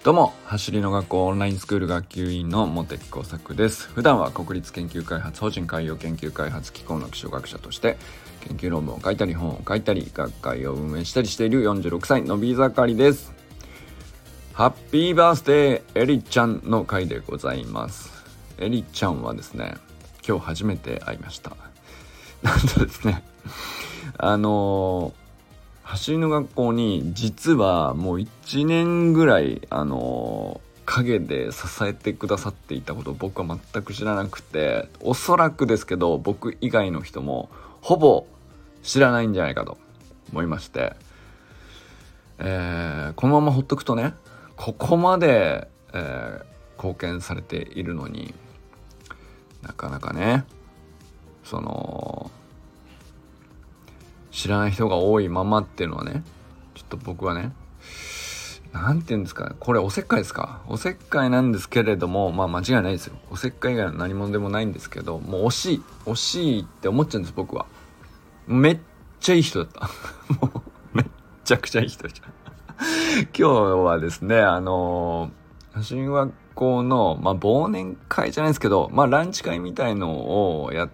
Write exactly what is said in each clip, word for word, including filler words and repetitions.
どうも、走りの学校オンラインスクール学級委員の茂木耕作です。普段は国立研究開発法人海洋研究開発機構の気象学者として研究論文を書いたり本を書いたり学会を運営したりしているよんじゅうろくさいのび盛りです。ハッピーバースデーエリちゃんの回でございます。エリちゃんはですね、今日初めて会いました。なんとですねあのー走りの学校に実はもういちねんぐらいあの陰で支えてくださっていたことを僕は全く知らなくて、おそらくですけど僕以外の人もほぼ知らないんじゃないかと思いまして、えー、このままほっとくとね、ここまで、えー、貢献されているのになかなかねその知らない人が多いままっていうのはね、ちょっと僕はね、なんていうんですかね、これおせっかいですか、おせっかいなんですけれども、まあ間違いないですよ。おせっかい以外の何者でもないんですけど、もう惜しい惜しいって思っちゃうんです僕は。めっちゃいい人だったもうめっちゃくちゃいい人でした今日はですね、あのー、走り学校の、まあ、忘年会じゃないですけど、まあランチ会みたいのをやって、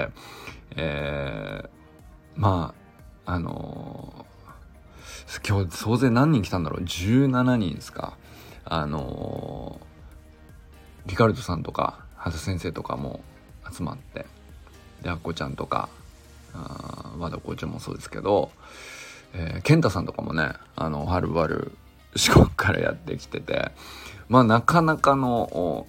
えーまああのー、今日総勢何人来たんだろう、じゅうななにんですか。あのー、リカルドさんとか畑先生とかも集まって、であっこちゃんとかあ和田校長もそうですけど、えー、健太さんとかもね、あのはるばる四国からやってきてて、まあなかなかの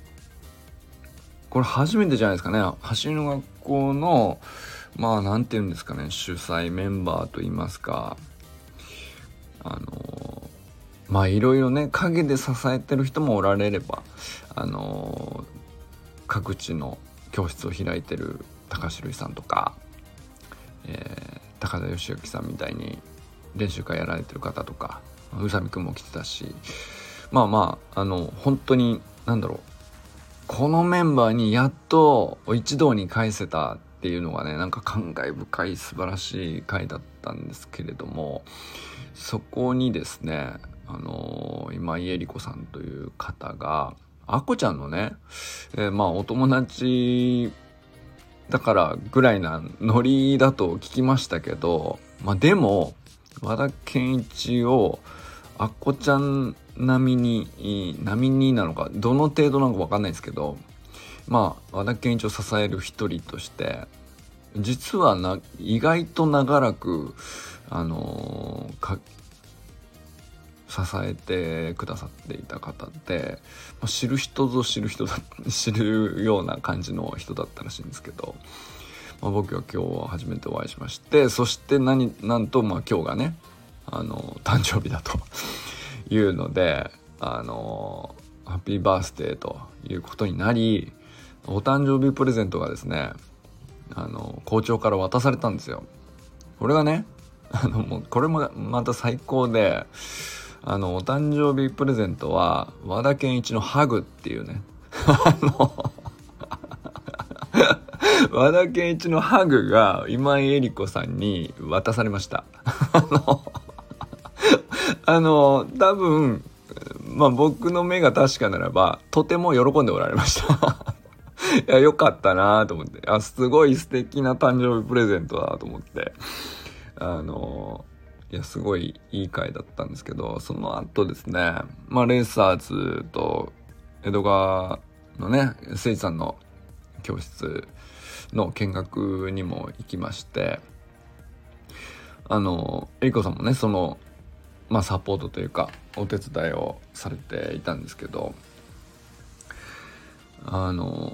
これ初めてじゃないですかね、走りの学校のまあなんていうんですかね、主催メンバーといいますか、あのまあいろいろね陰で支えてる人もおられれば、あの各地の教室を開いてる高城さんとか、えー、高田義之さんみたいに練習会やられてる方とか、宇佐美くんも来てたし、まあまああの本当になんだろう、このメンバーにやっと一堂に会せたっていうのがね、なんか感慨深い素晴らしい回だったんですけれども、そこにですね、あのー、今井絵理子さんという方があこちゃんのね、えー、まあお友達だからぐらいなノリだと聞きましたけど、まあでも和田健一をあこちゃん並みに並みになのかどの程度なのか分かんないですけど、まあ和田健一を支える一人として実はな意外と長らくあのー、か支えてくださっていた方で、まあ、知る人ぞ知る人だ知るような感じの人だったらしいんですけど、まあ、僕は今日は初めてお会いしまして、そして何なんとまあ今日がねあの誕生日だというので、あのハッピーバースデーということになり、お誕生日プレゼントがですね、あの校長から渡されたんですよ。これがね、あのもうこれもまた最高で、あのお誕生日プレゼントは和田健一のハグっていうねあの和田健一のハグが今井絵理子さんに渡されましたあのあの多分まあ僕の目が確かならばとても喜んでおられましたいやよかったなと思って、あすごい素敵な誕生日プレゼントだと思って、あのいやすごいいい回だったんですけど、その後ですね、まあレーサーズと江戸川のね誠司さんの教室の見学にも行きまして、あのえりこさんもねそのまあサポートというかお手伝いをされていたんですけど、あの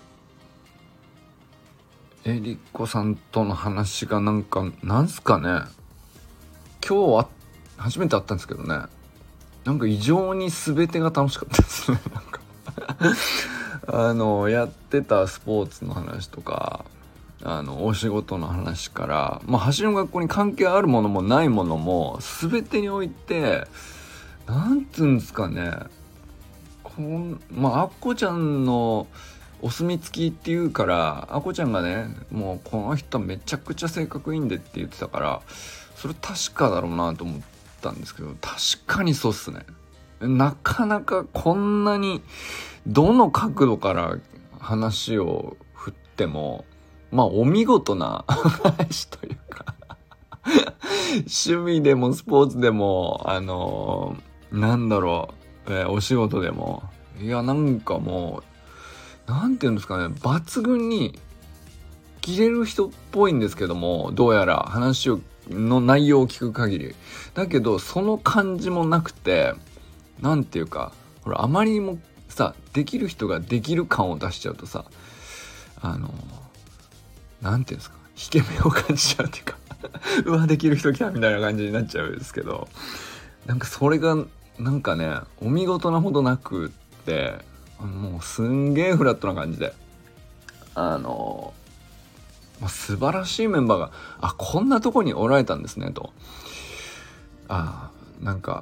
えりこさんとの話がなんかなんすかね、今日は初めて会ったんですけどね、なんか異常に全てが楽しかったですねなんかあのやってたスポーツの話とか、あのお仕事の話から、まあ、走りの学校に関係あるものもないものも全てにおいてなんつうんですかね、こんまああっこちゃんのお墨付きっていうから、あこちゃんがねもうこの人めちゃくちゃ性格いいんでって言ってたから、それ確かだろうなと思ったんですけど、確かにそうっすね。 なかなかこんなにどの角度から話を振ってもまあお見事な話というか趣味でもスポーツでもあのー、なんだろう、えー、お仕事でもいやなんかもうなんていうんですかね、抜群に切れる人っぽいんですけども、どうやら話をの内容を聞く限りだけどその感じもなくて、なんていうかほらあまりにもさできる人ができる感を出しちゃうとさ、あのなんていうんですか、引け目を感じちゃうっていうかうわできる人来たみたいな感じになっちゃうんですけど、なんかそれがなんかねお見事なほどなくって、もうすんげえフラットな感じであのまあ、素晴らしいメンバーがあこんなとこにおられたんですねと、あなんか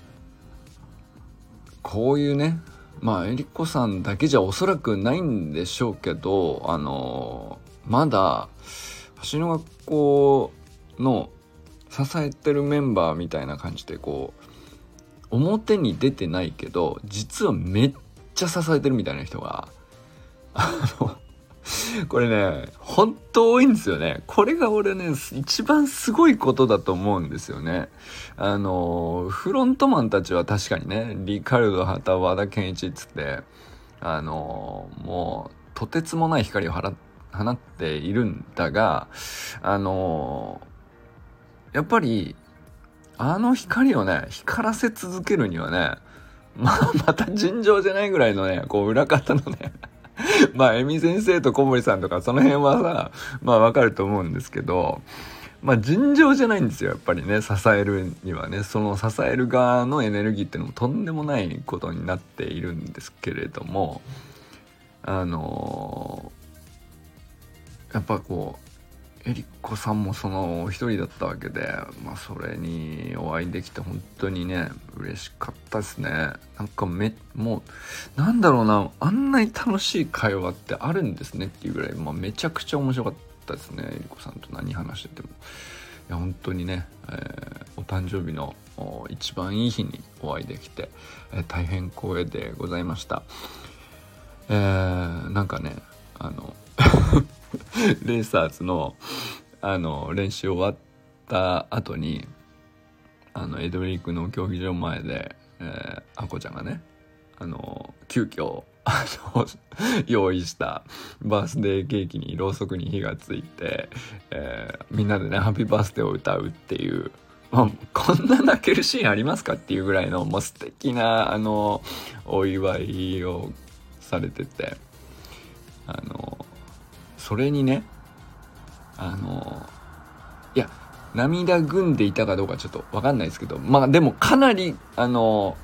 こういうね、まあえりこさんだけじゃおそらくないんでしょうけど、あのまだ橋の学校の支えてるメンバーみたいな感じでこう表に出てないけど実はめっちゃ支えてるみたいな人があのこれね本当多いんですよね。これが俺ね一番すごいことだと思うんですよね。あのフロントマンたちは確かにねリカルド、畑、和田健一っつってあのもうとてつもない光を放っているんだが、あのやっぱりあの光をね光らせ続けるにはねまあまた尋常じゃないぐらいのねこう裏方のねまあ、エミ先生と小森さんとかその辺はさ、まあわかると思うんですけど、まあ尋常じゃないんですよ、やっぱりね、支えるにはね、その支える側のエネルギーっていうのもとんでもないことになっているんですけれども、あのー、やっぱこう、えりこさんもその一人だったわけで、まあそれにお会いできて本当にね嬉しかったですね。なんかめもうなんだろうな、あんなに楽しい会話ってあるんですねっていうぐらい、まあ、めちゃくちゃ面白かったですね。えりこさんと何話してても、いや本当にね、えー、お誕生日の一番いい日にお会いできて、えー、大変光栄でございました。えー、なんかねあのレーサーズのあの練習終わった後にあのエドリークの競技場前で、えー、あこちゃんがねあの急遽あの用意したバースデーケーキにろうそくに火がついて、えー、みんなでねハッピーバースデーを歌うっていう、まあ、こんな泣けるシーンありますかっていうぐらいのもう素敵なあのお祝いをされてて、あのそれにねあのいや涙ぐんでいたかどうかちょっと分かんないですけど、まあでもかなりあの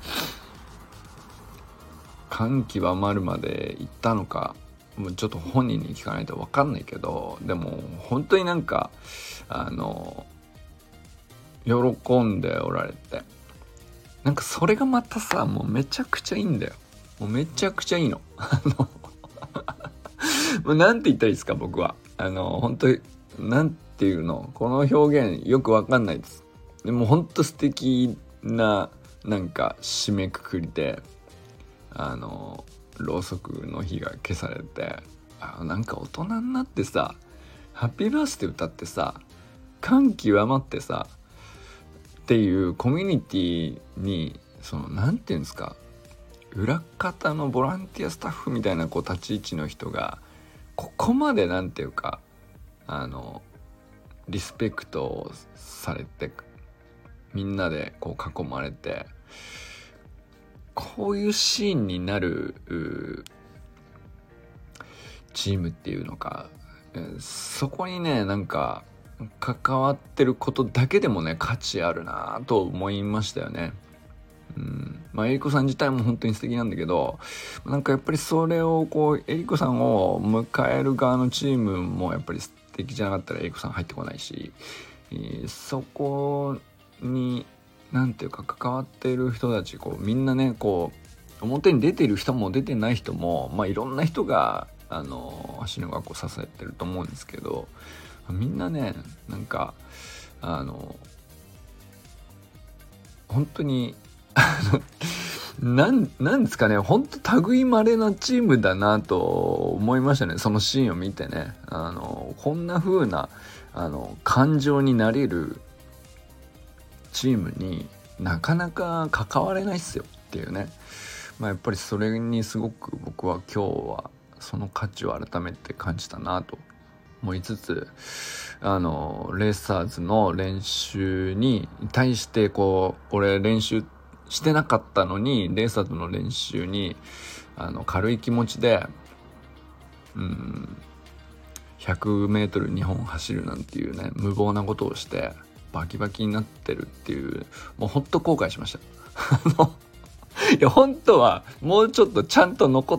感極まるまで行ったのかもうちょっと本人に聞かないと分かんないけど、でも本当になんかあの喜んでおられて、なんかそれがまたさもうめちゃくちゃいいんだよ。もうめちゃくちゃいいのあのもうなんて言ったらいいですか、僕はあの本当になんていうのこの表現よくわかんないです。でも本当素敵ななんか締めくくりであのろうそくの火が消されて、あなんか大人になってさハッピーバースデー歌ってさ感極まってさっていうコミュニティにそのなんていうんですか裏方のボランティアスタッフみたいなこう立ち位置の人がここまでなんていうかあのリスペクトをされてみんなでこう囲まれてこういうシーンになるチームっていうのか、そこにねなんか関わってることだけでもね価値あるなと思いましたよね。うん、まあえりこさん自体も本当に素敵なんだけど、なんかやっぱりそれをこうえりこさんを迎える側のチームもやっぱり素敵じゃなかったらえりこさん入ってこないし、えー、そこになんていうか関わっている人たちこうみんなねこう表に出ている人も出てない人もまあいろんな人があの橋の学校を支えてると思うんですけど、みんなねなんかあの本当になん、なんですかね、ほんと類まれなチームだなと思いましたね。そのシーンを見てね。あの、こんな風な、あの、感情になれるチームになかなか関われないっすよっていうね。まあやっぱりそれにすごく僕は今日はその価値を改めて感じたなと思いつつ、あのレーサーズの練習に対してこう俺練習してなかったのにレーサーズの練習にあの軽い気持ちでうんひゃくメートルにほん走るなんていうね無謀なことをしてバキバキになってるっていう、もうほんと後悔しました。いや本当はもうちょっとちゃんと残って、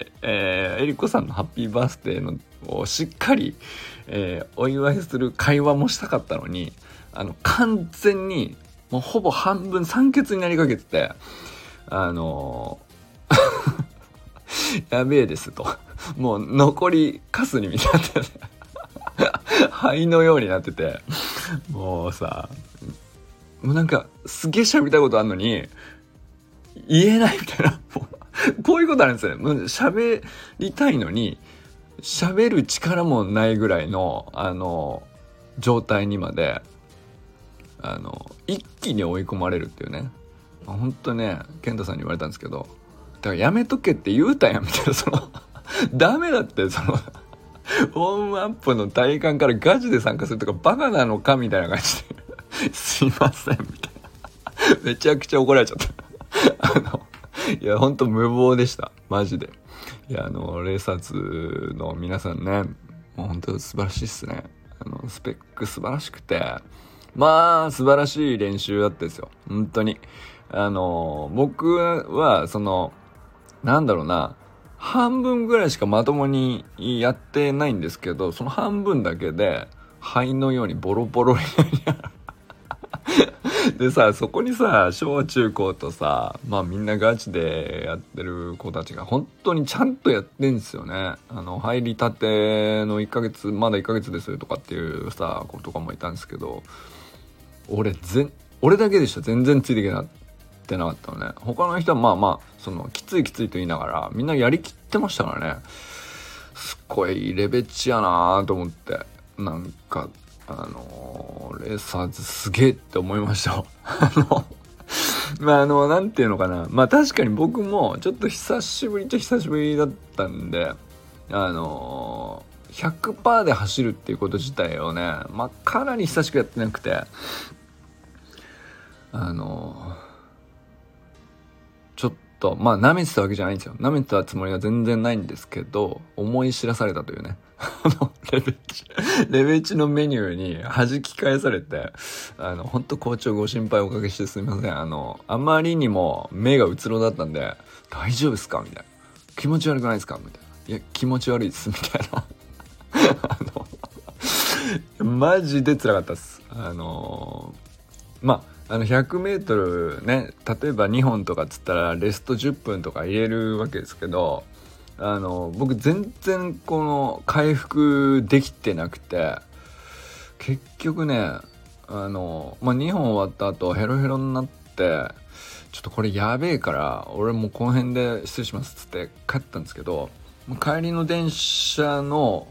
えー、エリコさんのハッピーバースデーのをしっかり、えー、お祝いする会話もしたかったのに、あの完全にもうほぼ半分酸欠になりかけてて、あのー、やべえですと、もう残りカスにみたいになってて灰のようになってて、もうさ、もうなんかすげえ喋りたいことあんのに言えないみたいな、こういうことあるんですよね。もう喋りたいのに喋る力もないぐらいのあの状態にまであの一気に追い込まれるっていうね。本当ね、健太さんに言われたんですけど、だからやめとけって言うたんやみたいな、そのダメだってそのウォームアップの体感からガチで参加するとかバカなのかみたいな感じですいませんみたいな、めちゃくちゃ怒られちゃったあのいやほんと無謀でしたマジで。いやあのレーサーズの皆さんね、もう本当素晴らしいっすね。あのスペック素晴らしくて、まあ素晴らしい練習だったですよ本当に。あの僕はそのなんだろうな、半分ぐらいしかまともにやってないんですけど、その半分だけで灰のようにボロボロになりでさ、そこにさ小中高とさ、まあみんなガチでやってる子たちが本当にちゃんとやってんですよね。あの入りたてのいっかげつ、まだいっかげつですとかっていうさ子とかもいたんですけど、俺全俺だけでした全然ついていけなってなかったのね。他の人はまあまあそのきついきついと言いながらみんなやりきってましたからね。すっごいレベチやなと思って、なんかあのー、レーサーズすげえって思いましたあのまああのなんていうのかな、まあ確かに僕もちょっと久しぶりっちゃ久しぶりだったんで、あのー、ひゃくパーセント で走るっていうこと自体をね、まあかなり久しくやってなくて、あのーちょっとまあ舐めてたわけじゃないんですよ。舐めてたつもりは全然ないんですけど、思い知らされたというねあのレベチレベチのメニューに弾き返されて、あの本当校長ご心配おかけしてすみません。あのあまりにも目がうつろだったんで、大丈夫ですかみたいな、気持ち悪くないですかみたいな、いや気持ち悪いですみたいなあのマジで辛かったっす。あのまああのひゃくメートルね、例えばにほんとかっつったらレストじゅっぷんとか入れるわけですけど、あの僕全然この回復できてなくて、結局ねあの、まあ、にほん終わった後ヘロヘロになって、ちょっとこれやべえから俺もうこの辺で失礼しますっつって帰ったんですけど、帰りの電車の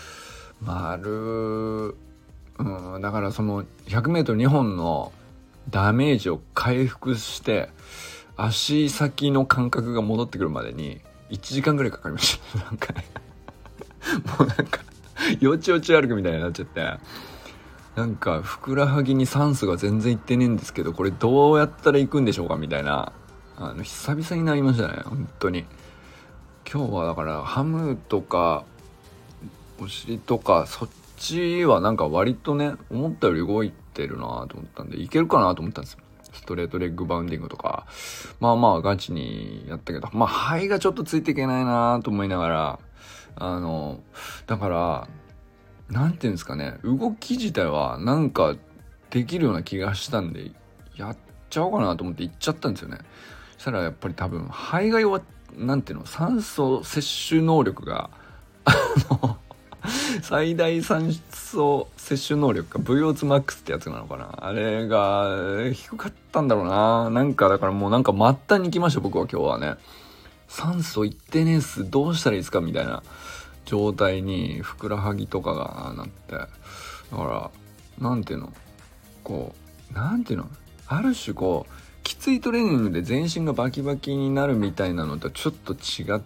丸、うん、だからそのひゃくメートルにほんのダメージを回復して足先の感覚が戻ってくるまでにいちじかんぐらいかかりましたなんかねもうなんかよちよち歩くみたいになっちゃって、なんかふくらはぎに酸素が全然いってねえんですけど、これどうやったら行くんでしょうかみたいな、あの久々になりましたね本当に。今日はだからハムとかお尻とかそっちはなんか割とね思ったより動いてるなと思ったんでいけるかなと思ったんですよ。ストレートレッグバウンディングとかまあまあガチにやったけど、まあ肺がちょっとついていけないなと思いながら、あのだからなんていうんですかね、動き自体はなんかできるような気がしたんでやっちゃおうかなと思って行っちゃったんですよね。そしたらやっぱり多分肺が弱っなんていうの、酸素摂取能力があの最大酸素摂取能力か ブイオーツーマックス ってやつなのかな、あれが低かったんだろうな。なんかだからもうなんか末端に来ました僕は今日はね。酸素一定年数どうしたらいいですかみたいな状態にふくらはぎとかがなって、だからなんていうのこうなんていうのある種こうきついトレーニングで全身がバキバキになるみたいなのとちょっと違って、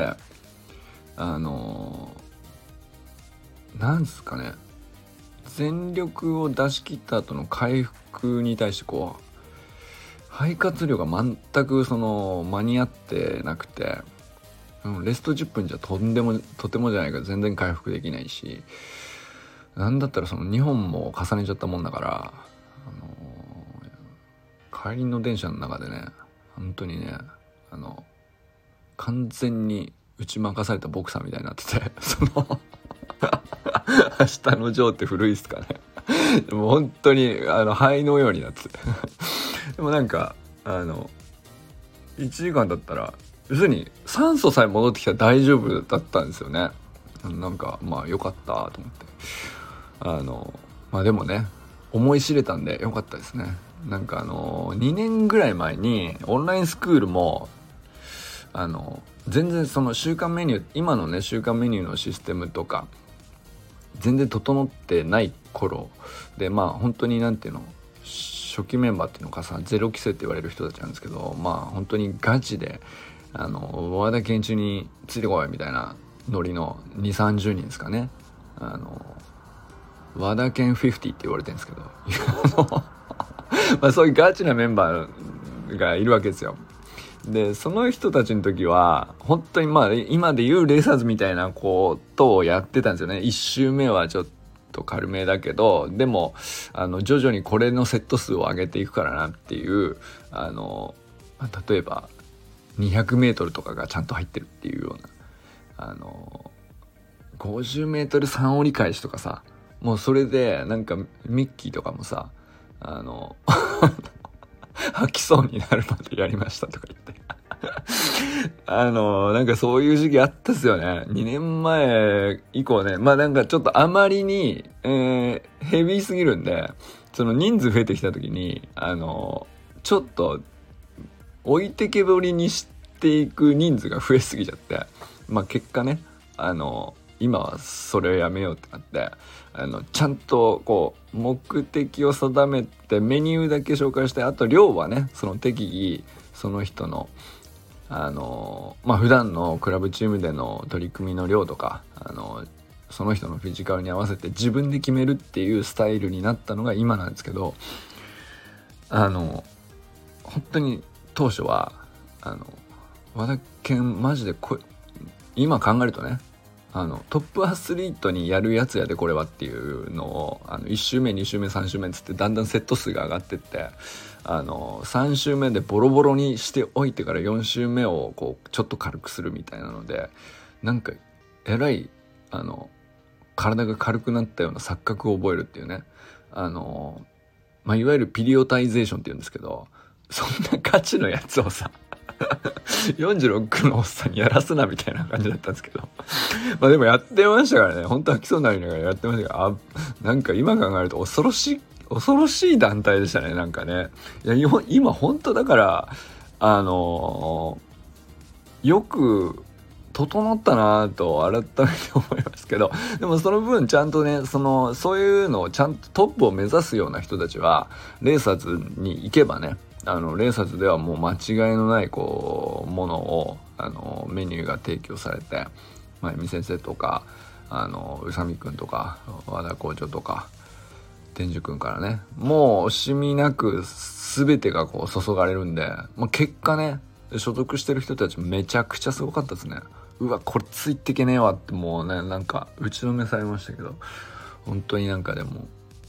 あのー、なんすかね全力を出し切った後の回復に対してこう肺活量が全くその間に合ってなくて、レストじゅっぷんじゃとんでもとてもじゃないか全然回復できないし、なんだったらそのにほんも重ねちゃったもんだから、あのー、帰りの電車の中でね本当にねあの完全に打ち負かされたボクサーみたいになっててその明日のジョーって古いっすかねでも本当にあの灰のようになっててでもなんかあのいちじかんだったら要するに酸素さえ戻ってきたら大丈夫だったんですよね。なんかまあ良かったと思って、あのまあでもね思い知れたんで良かったですね。なんかあのにねんぐらい前にオンラインスクールもあの全然その週間メニュー今のね週間メニューのシステムとか全然整ってない頃で、まあ本当になんていうの初期メンバーっていうのかさゼロ規制って言われる人たちなんですけど、まあ本当にガチであの和田研中についてこいみたいなノリのにじゅうさんじゅうにんですかね。あの和田研ごじゅうって言われてるんですけどまあそういうガチなメンバーがいるわけですよ。でその人たちの時は本当にまあ今でいうレーサーズみたいなことをやってたんですよね。いち周目はちょっと軽めだけどでもあの徐々にこれのセット数を上げていくからなっていうあの例えばにひゃくメートルとかがちゃんと入ってるっていうようなあのごじゅうメートルさん折り返しとかさ、もうそれでなんかミッキーとかもさあの吐きそうになるまでやりましたとか言ってあのなんかそういう時期あったっすよね。にねんまえ以降ね、まあなんかちょっとあまりに、えー、ヘビーすぎるんでその人数増えてきた時にあのちょっと置いてけぼりにしていく人数が増えすぎちゃって、まあ結果ねあの今はそれをやめようってなってあのちゃんとこう目的を定めてメニューだけ紹介して、あと量はねその適宜その人のあのまあ普段のクラブチームでの取り組みの量とかあのその人のフィジカルに合わせて自分で決めるっていうスタイルになったのが今なんですけど、あの本当に当初はあの和田健マジでこ今考えるとねあのトップアスリートにやるやつやでこれはっていうのをあのいち周目に周目さん周目つってだんだんセット数が上がってってあのさん周目でボロボロにしておいてからよん周目をこうちょっと軽くするみたいなのでなんかえらいあの体が軽くなったような錯覚を覚えるっていうねあの、まあ、いわゆるピリオタイゼーションっていうんですけど、そんなガチのやつをさよんじゅうろくのおっさんにやらすなみたいな感じだったんですけどまあでもやってましたからね。本当は基礎になりながらやってましたけど、あなんか今考えると恐ろしい恐ろしい団体でしたね。なんかねいや今本当だからあのー、よく整ったなと改めて思いますけど、でもその分ちゃんとねそのそういうのをちゃんとトップを目指すような人たちはレーサーズに行けばねあのレーサーズではもう間違いのないこうものをあのメニューが提供されて、まゆみ先生とかあの宇佐美くんとか和田校長とか天寿くんからねもう惜しみなく全てがこう注がれるんで、まあ、結果ね所属してる人たちめちゃくちゃすごかったですね。うわこれついてけねえわってもうねなんか打ちのめされましたけど、本当になんかでも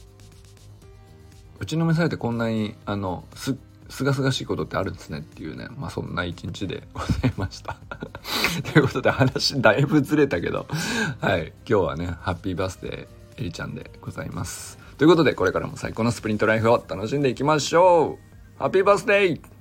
打ちのめされてこんなにあのすすがすがしいことってあるんですねっていうね、まあそんな一日でございましたということで話だいぶずれたけどはい今日はねハッピーバースデーエリちゃんでございます。ということでこれからも最高のスプリントライフを楽しんでいきましょう。ハッピーバースデー。